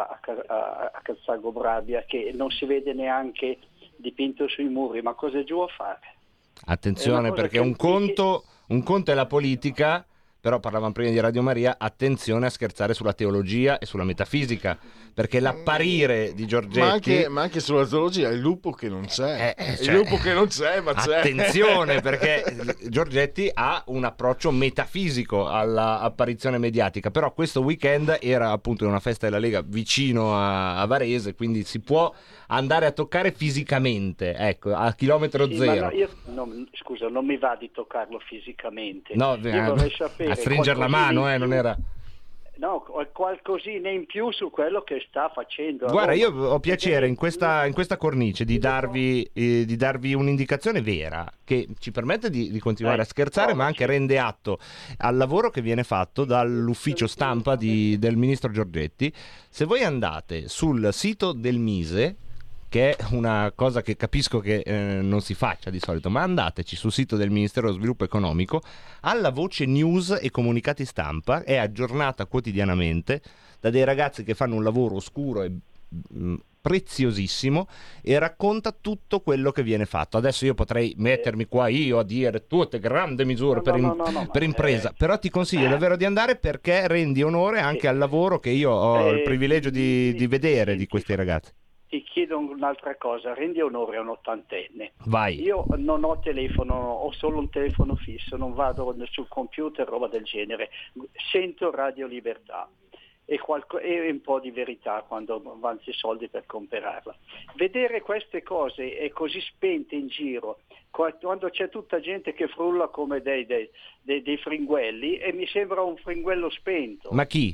Cazzago Brabia, che non si vede neanche dipinto sui muri, ma cosa è giù a fare? Attenzione, perché un conto è la politica, però parlavamo prima di Radio Maria, attenzione a scherzare sulla teologia e sulla metafisica, perché l'apparire di Giorgetti... Ma anche sulla teologia, il lupo che non c'è. Il lupo che non c'è, ma c'è. Attenzione, perché Giorgetti ha un approccio metafisico all'apparizione mediatica, però questo weekend era appunto in una festa della Lega vicino a Varese, quindi si può andare a toccare fisicamente, ecco, a chilometro zero. Ma scusa, non mi va di toccarlo fisicamente. No, io vorrei sapere a stringere la mano, non era... No, qualcosina in più su quello che sta facendo. Guarda, io ho piacere in questa cornice di darvi un'indicazione vera che ci permette di continuare a scherzare, ma anche rende atto al lavoro che viene fatto dall'ufficio stampa del ministro Giorgetti. Se voi andate sul sito del Mise, che è una cosa che capisco che non si faccia di solito, ma andateci sul sito del Ministero dello Sviluppo Economico, alla voce news e comunicati stampa, è aggiornata quotidianamente da dei ragazzi che fanno un lavoro oscuro e preziosissimo e racconta tutto quello che viene fatto. Adesso io potrei mettermi qua io a dire tutte grandi misure per impresa, però ti consiglio davvero di andare, perché rendi onore anche al lavoro che io ho il privilegio di vedere di questi ragazzi. Ti chiedo un'altra cosa, rendi onore a un ottantenne. Vai. Io non ho telefono, ho solo un telefono fisso, non vado sul computer, roba del genere. Sento Radio Libertà e un po' di verità quando avanzi i soldi per comprarla. Vedere queste cose è così spente in giro, quando c'è tutta gente che frulla come dei fringuelli, e mi sembra un fringuello spento. Ma chi?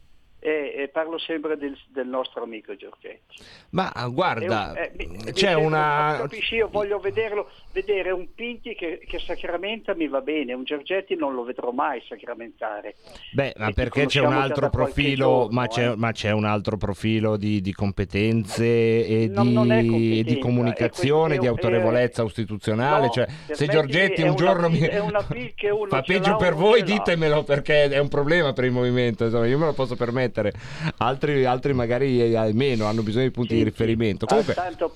Parlo sempre del nostro amico Giorgetti. Ma guarda, c'è capisci, io voglio vedere un Pinti che sacramenta, mi va bene, un Giorgetti non lo vedrò mai sacramentare. Beh, ma perché c'è un altro profilo, ma c'è un altro profilo di competenze e di comunicazione, di autorevolezza istituzionale, no, cioè se Giorgetti un giorno fa peggio per voi, ditemelo, perché è un problema per il movimento, insomma, io me lo posso permettere. Altri magari meno, hanno bisogno di punti di riferimento. Comunque,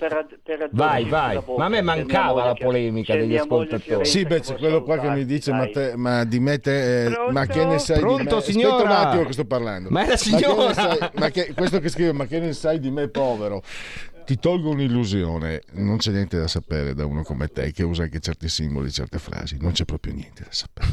vai, ma a me mancava la polemica degli ascoltatori. Sì, beh, c'è quello qua che mi dice ma di me te, ma che ne sai Pronto, di me? signora? Aspetta un attimo che sto parlando. Ma è la signora. Questo che scrive, ma che ne sai di me, povero? Ti tolgo un'illusione, non c'è niente da sapere da uno come te che usa anche certi simboli, certe frasi, non c'è proprio niente da sapere.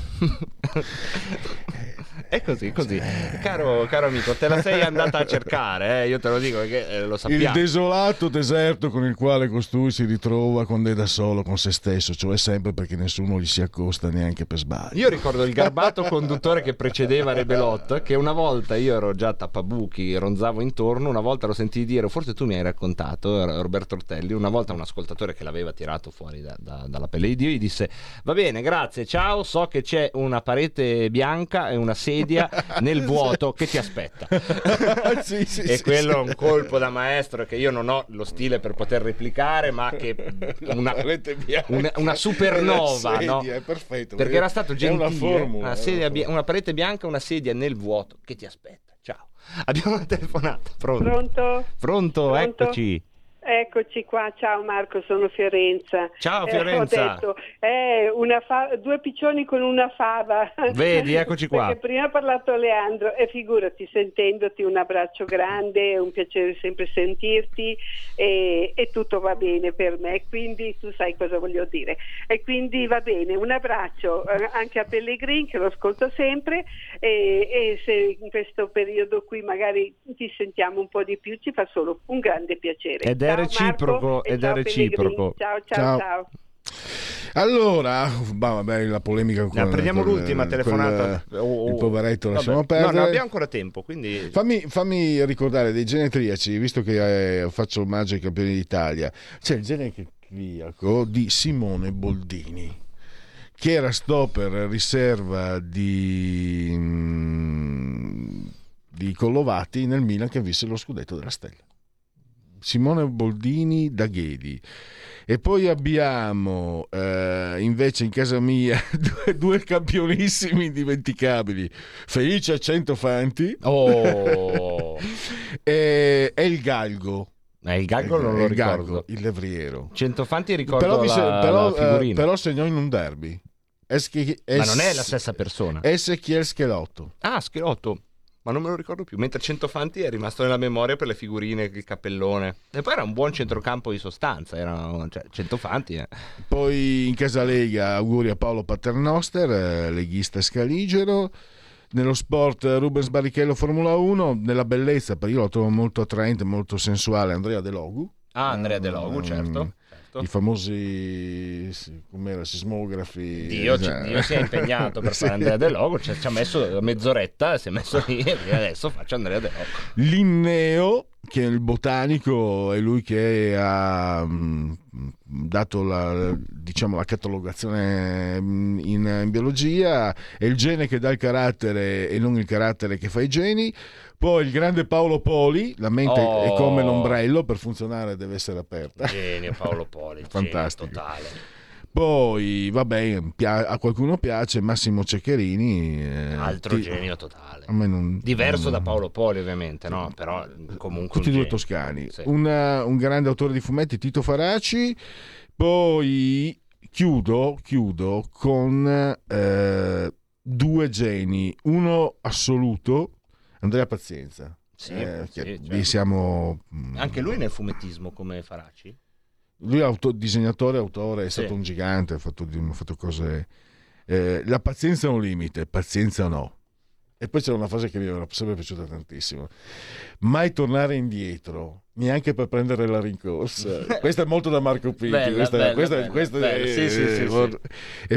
È così. Caro amico, te la sei andata a cercare, io te lo dico perché lo sappiamo. Il desolato deserto con il quale costui si ritrova quando è da solo con se stesso, cioè sempre perché nessuno gli si accosta neanche per sbaglio. Io ricordo il garbato conduttore che precedeva Rebelot, che una volta, io ero già tappabuchi, ronzavo intorno, una volta lo sentii dire, forse tu mi hai raccontato, Roberto Ortelli, una volta un ascoltatore che l'aveva tirato fuori dalla pelle di Dio gli disse: va bene, grazie, ciao, so che c'è una parete bianca e una sedia nel vuoto che ti aspetta. E quello è un colpo da maestro che io non ho lo stile per poter replicare, ma che una supernova, sedia, no? è perfetto, perché era stato gentile, una formula, una parete bianca, una sedia nel vuoto che ti aspetta. Ciao. Abbiamo una telefonata. Pronto? Eccoci. Eccoci qua, ciao Marco, sono Fiorenza. Ciao Fiorenza. Ho detto, due piccioni con una fava. Vedi, eccoci qua. Perché prima ha parlato Leandro e figurati, sentendoti, un abbraccio grande, è un piacere sempre sentirti e tutto va bene per me, quindi tu sai cosa voglio dire. E quindi va bene, un abbraccio anche a Pellegrin che lo ascolto sempre e se in questo periodo qui magari ti sentiamo un po' di più ci fa solo un grande piacere. Ed è reciproco, Ciao. Allora, vabbè, la polemica con prendiamo l'ultima telefonata. Il poveretto lasciamo perdere. No, abbiamo ancora tempo, quindi fammi ricordare dei genetriaci, visto che faccio omaggio ai campioni d'Italia. C'è il genetriaco di Simone Boldini, che era stopper riserva di Collovati nel Milan, che vinse lo scudetto della Stella. Simone Boldini da Ghedi. E poi abbiamo invece in casa mia due campionissimi indimenticabili, Felice Centofanti e il Galgo. Il Galgo non lo ricordo. Galgo, il levriero. Centofanti ricordo la figurina. Però segnò in un derby. Ma non è la stessa persona. Ezechiel Schelotto. Ah, Schelotto. Ma non me lo ricordo più, mentre Centofanti è rimasto nella memoria per le figurine, il cappellone. E poi era un buon centrocampo di sostanza, Centofanti. Poi in casa Lega auguri a Paolo Paternoster, leghista scaligero. Nello sport Rubens Barrichello Formula 1, nella bellezza, perché io lo trovo molto attraente, molto sensuale, Andrea De Logu. Andrea De Logu, certo. I famosi sismografi. Dio si è impegnato per fare Andrea De Logu, ci ha messo mezz'oretta, si è messo lì e adesso faccio Andrea De Logu. Linneo, che è il botanico, è lui che ha dato la catalogazione in biologia, è il gene che dà il carattere e non il carattere che fa i geni. Poi il grande Paolo Poli, la mente è come l'ombrello, per funzionare deve essere aperta. Genio Paolo Poli, fantastico. Genio totale. Poi vabbè, a qualcuno piace Massimo Ceccherini, altro genio totale. A me diverso da Paolo Poli ovviamente, no? Però comunque tutti e due toscani. Sì. Un grande autore di fumetti, Tito Faraci. Poi chiudo con due geni, uno assoluto, Andrea Pazienza. Sì, certo. Siamo anche lui nel fumettismo come Faraci. Lui è disegnatore, autore, è stato un gigante, ha fatto cose. La pazienza è un limite, pazienza no. E poi c'era una frase che mi era sempre piaciuta tantissimo: mai tornare indietro, neanche per prendere la rincorsa. Questa è molto da Marco Pitti. Bella. Sì. E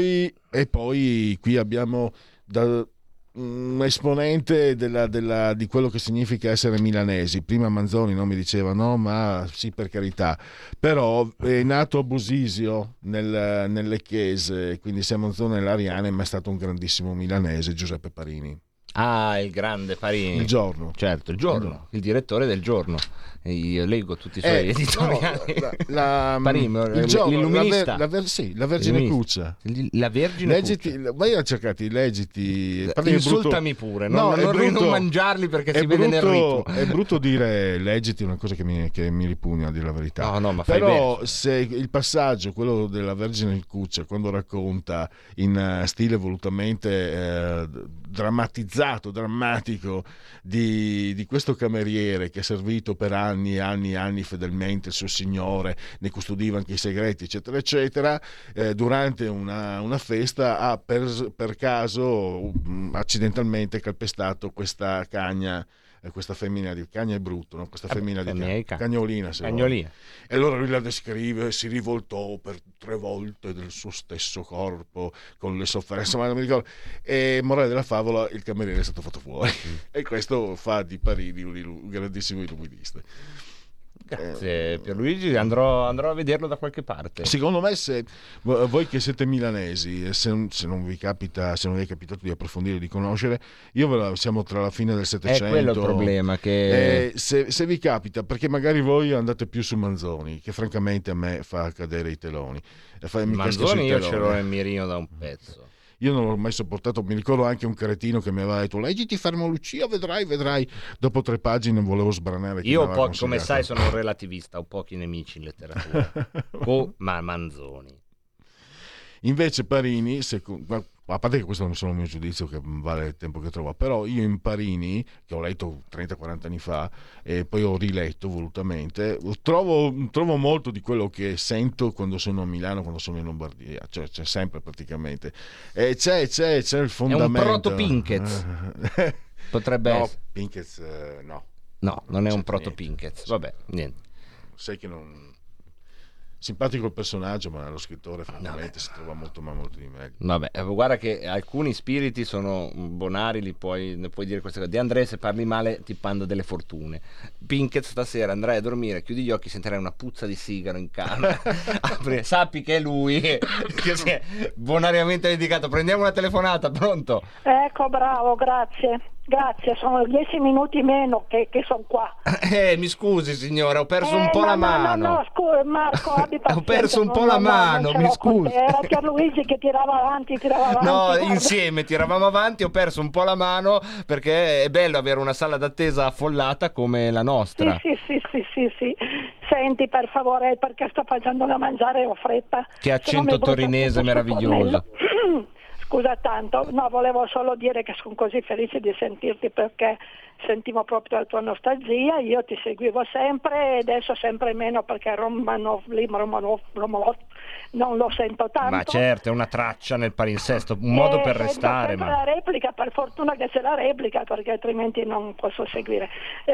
poi qui abbiamo un esponente di quello che significa essere milanesi. Prima Manzoni mi diceva no, ma sì, per carità, però è nato a Bosisio nelle Chiese, quindi siamo in zone lariane, ma è stato un grandissimo milanese, Giuseppe Parini. Il grande Parini. Il Giorno. Certo, il Giorno, il direttore del Giorno. Io leggo tutti i suoi editoriali. Parini, l'illuminista. La Vergine Cuccia. La Vergine Cuccia. Vai a cercarti, leggiti. Insultami pure, non mangiarli perché si vede nel ritmo. È brutto dire leggiti, una cosa che mi ripugna, a dire la verità. No, ma fai però bene. Se il passaggio, quello della Vergine Cuccia, quando racconta in stile volutamente drammatico di questo cameriere che ha servito per anni fedelmente il suo signore, ne custodiva anche i segreti, eccetera eccetera, durante una festa ha per caso accidentalmente calpestato questa cagna, questa femmina di cagna è brutto, no? Questa femmina di cagnolina. E allora lui la descrive, si rivoltò per 3 volte del suo stesso corpo con le sofferenze, ma non mi ricordo. E morale della favola, il cameriere è stato fatto fuori. E questo fa di Parini un grandissimo illuminista. Grazie Pierluigi, andrò a vederlo da qualche parte. Secondo me, se voi che siete milanesi, se non vi è capitato di approfondire, di conoscere, siamo tra la fine del Settecento. È quello il problema, che se vi capita, perché magari voi andate più su Manzoni, che francamente a me fa cadere i teloni. Manzoni io ce l'ho nel mirino da un pezzo. io non l'ho mai sopportato. Mi ricordo anche un cretino che mi aveva detto leggiti Fermo Lucia, vedrai. Dopo 3 pagine non volevo sbranare. Io come sai sono un relativista, ho pochi nemici in letteratura. Ma Manzoni. Invece Parini, a parte che questo non è solo il mio giudizio, che vale il tempo che trovo, però io in Parini, che ho letto 30-40 anni fa e poi ho riletto volutamente, trovo molto di quello che sento quando sono a Milano, quando sono in Lombardia, cioè c'è sempre praticamente, e c'è il fondamento. È un proto Pinkett. Potrebbe essere. Pinkett no, non è un proto Pinkett. Vabbè, niente. Sai che non... Simpatico il personaggio, ma lo scrittore francamente si trova molto di meglio. Vabbè, guarda che alcuni spiriti sono bonari, ne puoi dire queste cose. De André, se parli male ti panda delle fortune. Pinkett stasera andrai a dormire, chiudi gli occhi, sentirai una puzza di sigaro in camera. Sappi che è lui che si è bonariamente dedicato. Prendiamo una telefonata, pronto? Ecco, bravo, grazie, sono 10 minuti meno che sono qua. Mi scusi signora, ho perso un po' la mano. No, scusa Marco, abbi pazienza. Ho perso un po' la mano, mi scusi. Era Pierluigi che tirava avanti. No, insieme tiravamo avanti, ho perso un po' la mano perché è bello avere una sala d'attesa affollata come la nostra. Sì. Senti, per favore, perché sto facendo da mangiare, ho fretta. Che accento torinese meraviglioso. Scusa tanto, no, volevo solo dire che sono così felice di sentirti perché sentivo proprio la tua nostalgia, io ti seguivo sempre e adesso sempre meno perché Romanov non lo sento tanto. Ma certo, è una traccia nel palinsesto, un modo per restare. Ma la replica, per fortuna che c'è la replica perché altrimenti non posso seguire.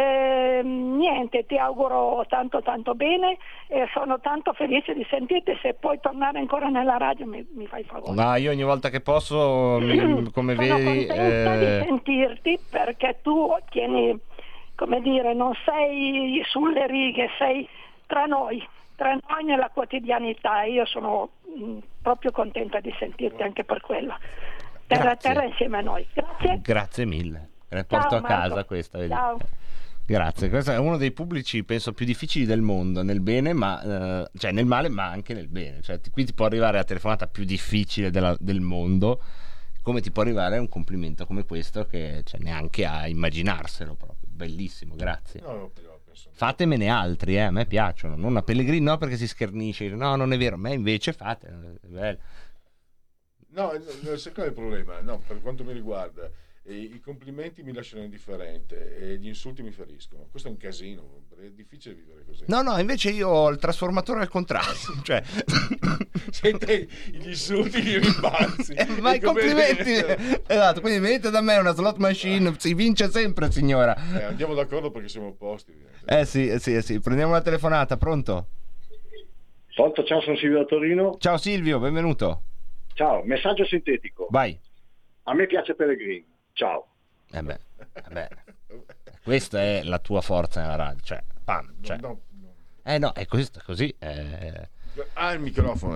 Niente, ti auguro tanto bene e sono tanto felice di sentirti, se puoi tornare ancora nella radio mi fai favore. Ma io ogni volta che posso, come vedi... Sono contenta di sentirti perché tu tieni, come dire, non sei sulle righe, sei tra noi nella quotidianità. Io sono proprio contenta di sentirti anche per quello. Terra insieme a noi. Grazie mille. Porto a casa questa. Vedi? Ciao. Grazie, questo è uno dei pubblici penso più difficili del mondo, nel bene, ma cioè nel male, ma anche nel bene. Cioè, qui ti può arrivare la telefonata più difficile del mondo, come ti può arrivare un complimento come questo che neanche a immaginarselo proprio. Bellissimo, grazie. Fatemene altri, a me piacciono, non a Pellegrini no perché si schernisce, no non è vero, a me invece fate, è bello. No, sai qual è il problema? No, per quanto mi riguarda, i complimenti mi lasciano indifferente e gli insulti mi feriscono. Questo è un casino, è difficile vivere così. No, invece io ho il trasformatore al contrario, cioè sente gli insulti, gli rimbalzi. Ma i complimenti, esatto, quindi venite da me, una slot machine, si vince sempre, signora. Andiamo d'accordo perché siamo opposti. Sì, prendiamo una telefonata, pronto? Pronto, ciao, sono Silvio da Torino. Ciao Silvio, benvenuto. Ciao, messaggio sintetico. Vai. A me piace Pellegrini. Ciao. Beh. Questa è la tua forza nella radio, cioè, pam, cioè. No, è questo, così. Il microfono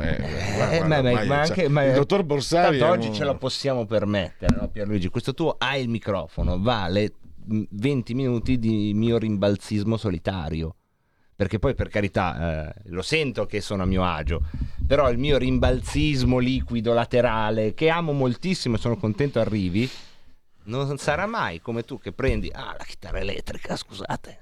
ma il dottor Borsari oggi ce lo possiamo permettere, no, Pierluigi? Questo tuo hai il microfono, vale 20 minuti di mio rimbalzismo solitario. Perché poi, per carità, lo sento che sono a mio agio, però il mio rimbalzismo liquido laterale, che amo moltissimo e sono contento arrivi, non sarà mai come tu che prendi la chitarra elettrica, scusate,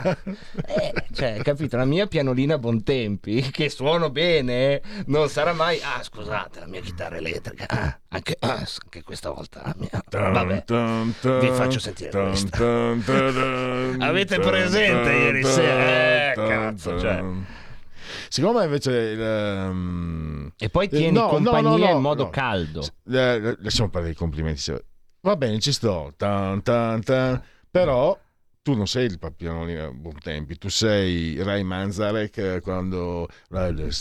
cioè, capito, la mia pianolina Bontempi che suono bene, non sarà mai scusate, la mia chitarra elettrica, anche questa volta la mia, vabbè, vi faccio sentire questa. Avete presente ieri sera, cazzo, cioè. Secondo me invece e poi tieni compagnia in modo caldo. Lasciamo parlare dei complimenti. Va bene, ci sto, però tu non sei il pianolino Bontempi, tu sei Ray Manzarek quando tu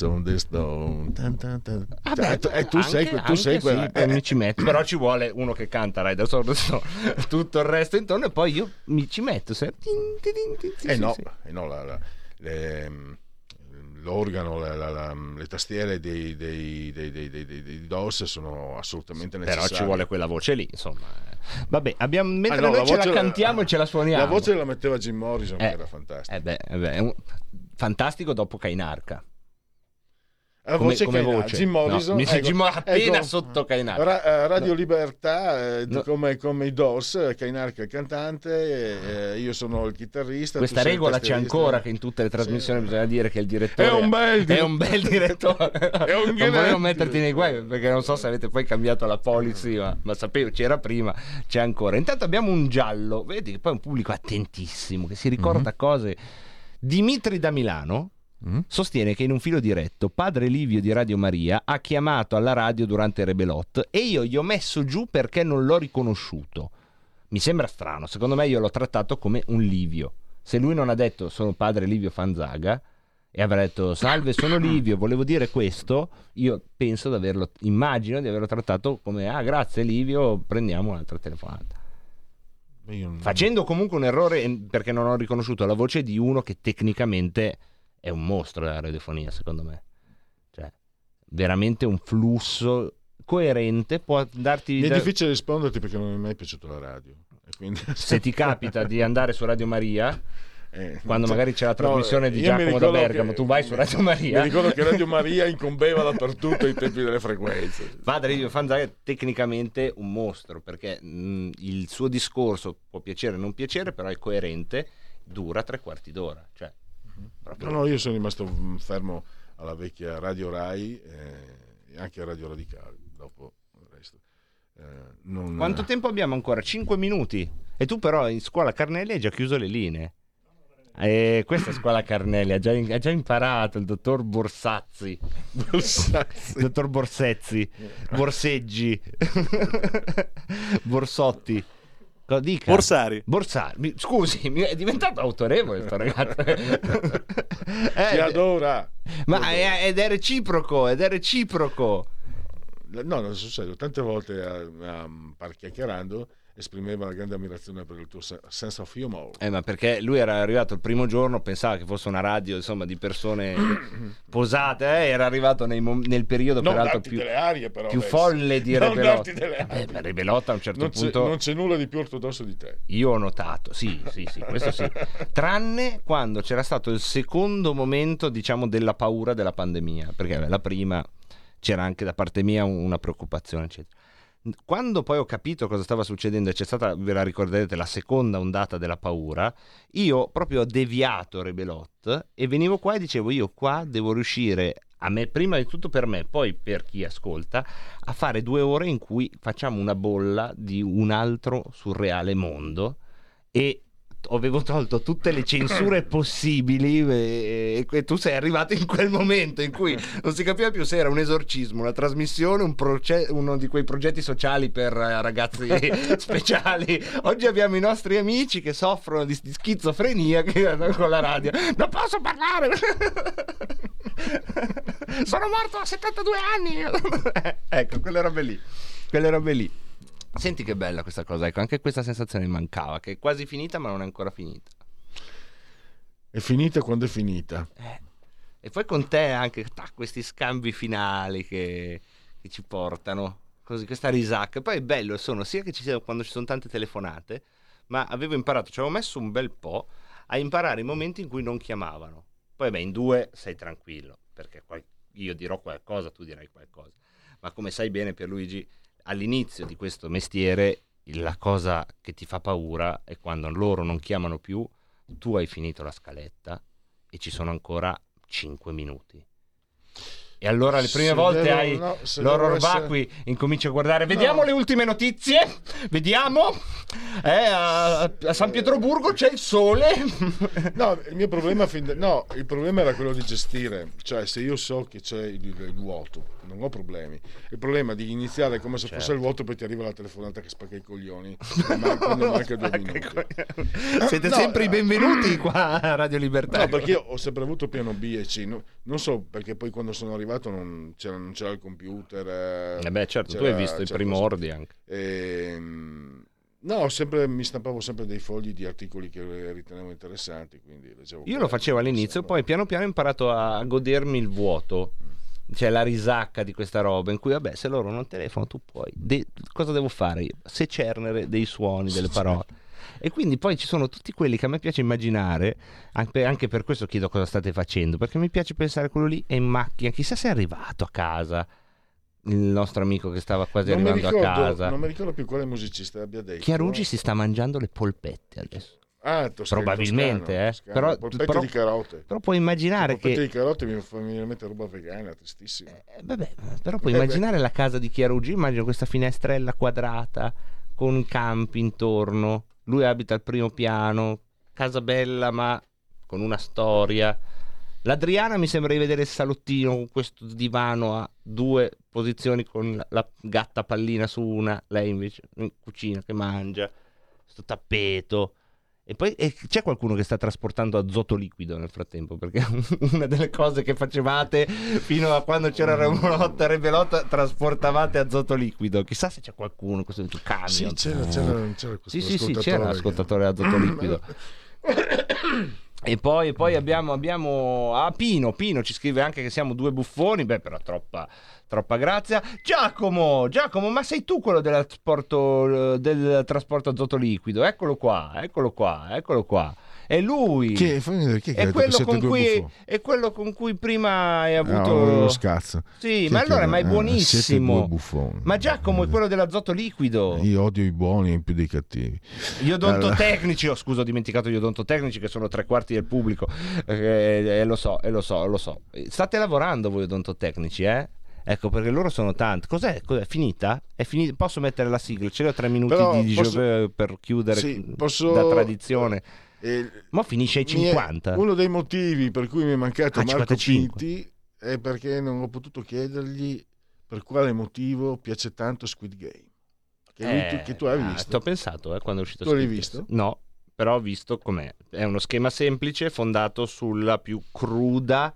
sei quella, mi ci metto, però ci vuole uno che canta Rider Sordo, tutto il resto intorno e poi io mi ci metto l'organo, le tastiere dei DOS sono assolutamente necessarie. Però ci vuole quella voce lì, insomma. Vabbè, mentre noi ce la cantiamo e ce la suoniamo. La voce la metteva Jim Morrison, che era fantastica. È fantastico dopo Kainarka. come Kainal, voce. Jim Morrison, Jim appena sotto Kainal. Radio Libertà, come i Doors, Kainal che è il cantante, io sono il chitarrista. Questa regola c'è ancora, che in tutte le trasmissioni bisogna dire che il direttore è un bel direttore. Non volevo metterti nei guai, perché non so se avete poi cambiato la policy, ma sapevo, c'era prima, c'è ancora. Intanto abbiamo un giallo, vedi che poi è un pubblico attentissimo, che si ricorda cose. Dimitri da Milano sostiene che in un filo diretto padre Livio di Radio Maria ha chiamato alla radio durante Rebelot e io gli ho messo giù perché non l'ho riconosciuto. Mi sembra strano, secondo me io l'ho trattato come un Livio. Se lui non ha detto sono padre Livio Fanzaga e avrà detto salve sono Livio, volevo dire questo, io penso immagino di averlo trattato come grazie Livio, prendiamo un'altra telefonata. Facendo comunque un errore perché non ho riconosciuto la voce di uno che tecnicamente è un mostro della radiofonia, secondo me. Cioè, veramente un flusso coerente può darti... Mi è difficile risponderti perché non mi è mai piaciuta la radio. E quindi... Se ti capita di andare su Radio Maria... quando magari c'è la trasmissione di Giacomo da Bergamo, tu vai su Radio Maria. Mi ricordo che Radio Maria incombeva dappertutto ai tempi delle frequenze. Padre Livio Fanzaga è tecnicamente un mostro, perché il suo discorso può piacere o non piacere, però è coerente, dura 3/4 d'ora. Cioè, no, io sono rimasto fermo alla vecchia Radio Rai e anche a Radio Radicale. Dopo il resto. Quanto tempo abbiamo ancora? 5 minuti. E tu però in scuola Carnelli hai già chiuso le linee. Questa è scuola Carnelli, ha già imparato il dottor Borsazzi. Il dottor Borsezzi, Borseggi, Borsotti. Dica. Borsari. Scusi, è diventato autorevole sto ragazzo. Ti adora. Ma ed è reciproco. No, non succede. Tante volte chiacchierando esprimeva una grande ammirazione per il tuo sense of humor. Ma perché lui era arrivato il primo giorno, pensava che fosse una radio insomma di persone posate, era arrivato nel periodo non peraltro più folle di Rebelot. Rebelot a un certo punto non c'è nulla di più ortodosso di te. Io ho notato, sì, questo sì. Tranne quando c'era stato il secondo momento, diciamo, della paura della pandemia, perché la prima c'era anche da parte mia una preoccupazione, eccetera. Quando poi ho capito cosa stava succedendo e c'è stata, ve la ricorderete, la seconda ondata della paura, io proprio ho deviato Rebelot e venivo qua e dicevo io qua devo riuscire a me, prima di tutto per me, poi per chi ascolta, a fare 2 ore in cui facciamo una bolla di un altro surreale mondo. E avevo tolto tutte le censure possibili e tu sei arrivato in quel momento in cui non si capiva più se era un esorcismo, una trasmissione, uno di quei progetti sociali per ragazzi speciali. Oggi abbiamo i nostri amici che soffrono di schizofrenia, che con la radio non posso parlare, sono morto a 72 anni. Ecco, quelle robe lì. Senti che bella questa cosa, ecco, anche questa sensazione mi mancava, che è quasi finita ma non è ancora finita. È finita quando è finita. E poi con te anche questi scambi finali che ci portano, così, questa risacca. Poi è bello, sia che ci sia quando ci sono tante telefonate, ma avevo imparato, ci avevo messo un bel po' a imparare i momenti in cui non chiamavano. Poi in 2 sei tranquillo, perché io dirò qualcosa, tu dirai qualcosa. Ma come sai bene Pierluigi, all'inizio di questo mestiere la cosa che ti fa paura è quando loro non chiamano più, tu hai finito la scaletta e ci sono ancora 5 minuti. E allora le prime volte hai l'horror vacui, incominci a guardare, vediamo le ultime notizie, vediamo, a San Pietroburgo c'è il sole. No, il mio problema il problema era quello di gestire, cioè se io so che c'è il vuoto non ho problemi, il problema è di iniziare come se fosse il vuoto, poi ti arriva la telefonata che spacca i coglioni quando manca 2 minuti. Siete sempre i benvenuti qua a Radio Libertà. No, perché io ho sempre avuto piano B e C, non so perché poi quando sono arrivato non c'era il computer. Certo, tu hai visto i primordi anche. No, mi stampavo sempre dei fogli di articoli che ritenevo interessanti, quindi leggevo. Io lo facevo all'inizio, poi piano piano ho imparato a godermi il vuoto. C'è la risacca di questa roba in cui vabbè, se loro non telefonano tu puoi cosa devo fare io? Secernere dei suoni, delle parole. E quindi poi ci sono tutti quelli che a me piace immaginare, anche per questo chiedo cosa state facendo, perché mi piace pensare quello lì è in macchina, chissà se è arrivato a casa, il nostro amico che stava quasi arrivando a casa. Non mi ricordo più quale musicista abbia detto. Chiarugi si sta mangiando le polpette adesso. Probabilmente, toscano, polpette di carote. Però puoi immaginare polpette che di carote mi fa venire in mente roba vegana, tristissima. Però puoi immaginare la casa di Chiarugi, immagino questa finestrella quadrata con campi intorno, lui abita al primo piano, casa bella ma con una storia. L'Adriana mi sembra di vedere il salottino con questo divano a 2 posizioni con la gatta pallina su una, lei invece in cucina che mangia, sto tappeto. E poi c'è qualcuno che sta trasportando azoto liquido nel frattempo, perché una delle cose che facevate fino a quando c'era Rebelotta e Rebelotta, trasportavate azoto liquido. Chissà se c'è qualcuno, questo camion. Sì, c'era questo sì, c'era l'ascoltatore azoto liquido. E poi abbiamo Pino ci scrive anche che siamo 2 buffoni, però troppa grazia. Giacomo, ma sei tu quello del trasporto azoto liquido? Eccolo qua. È lui. È quello con cui prima hai avuto lo scazzo. Sì, ma allora ma è buonissimo. Ma Giacomo è quello dell'azoto liquido. Io odio i buoni e più dei cattivi. Gli odontotecnici, ho dimenticato gli odontotecnici che sono 3/4 del pubblico. Lo so. State lavorando voi odontotecnici, Ecco, perché loro sono tanti. Cos'è? Finita? È finita? Posso mettere la sigla? Ce l'ho 3 minuti per chiudere da tradizione. Ma finisce ai 50. Uno dei motivi per cui mi è mancato Marco Pinti è perché non ho potuto chiedergli per quale motivo piace tanto Squid Game. Che tu hai visto. Ti ho pensato quando è uscito. Tu l'hai visto? No, però ho visto com'è. È uno schema semplice fondato sulla più cruda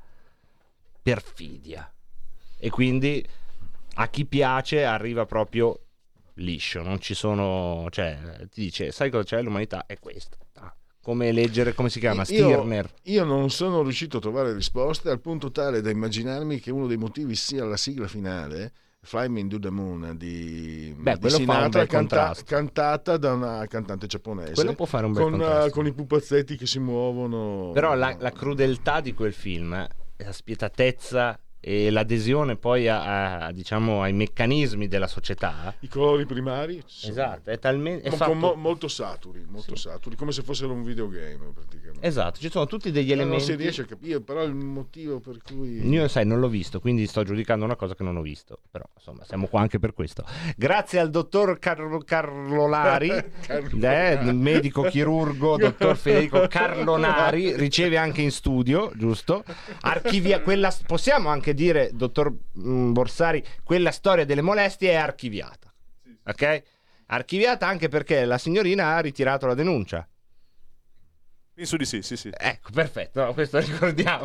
perfidia. E quindi a chi piace arriva proprio liscio, non ci sono, cioè ti dice sai cosa c'è, l'umanità è questa, come leggere, come si chiama, Stirner. Io non sono riuscito a trovare risposte al punto tale da immaginarmi che uno dei motivi sia la sigla finale, Fly Me to the Moon di Sinatra, cantata da una cantante giapponese. Quello può fare un bel contrasto. Con i pupazzetti che si muovono. Però la crudeltà di quel film, la spietatezza e l'adesione poi diciamo ai meccanismi della società, i colori primari, esatto, è talmente molto saturi, come se fossero un videogame praticamente. Esatto, ci sono tutti degli elementi. Non si riesce a capire però il motivo per cui io non l'ho visto, quindi sto giudicando una cosa che non ho visto, però insomma siamo qua anche per questo. Grazie al dottor Carlolari, medico chirurgo dottor Federico Carlonari, riceve anche in studio, giusto? Possiamo anche dire, dottor Borsari, quella storia delle molestie è archiviata, ok? Archiviata anche perché la signorina ha ritirato la denuncia. Penso di sì. Ecco, perfetto, questo ricordiamo.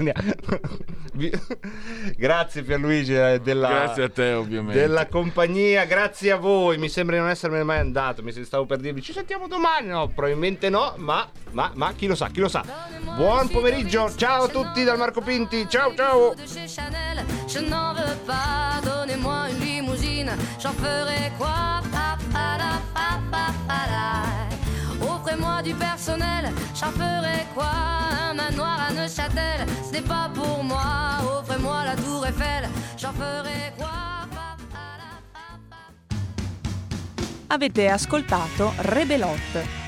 Grazie Pierluigi grazie a te ovviamente della compagnia, grazie a voi, mi sembra di non essermene mai andato, stavo per dirvi ci sentiamo domani, no, probabilmente no, ma chi lo sa. Buon pomeriggio, ciao a tutti dal Marco Pinti, ciao. Je n'en veux pas, donnez-moi une limousine, j'en ferai quoi? Offrez-moi du personnel, j'en ferai quoi? Un manoir à Neuchâtel, ce n'est pas pour moi. Offrez-moi la tour Eiffel, j'en ferai quoi? Avete ascoltato Rebelotte,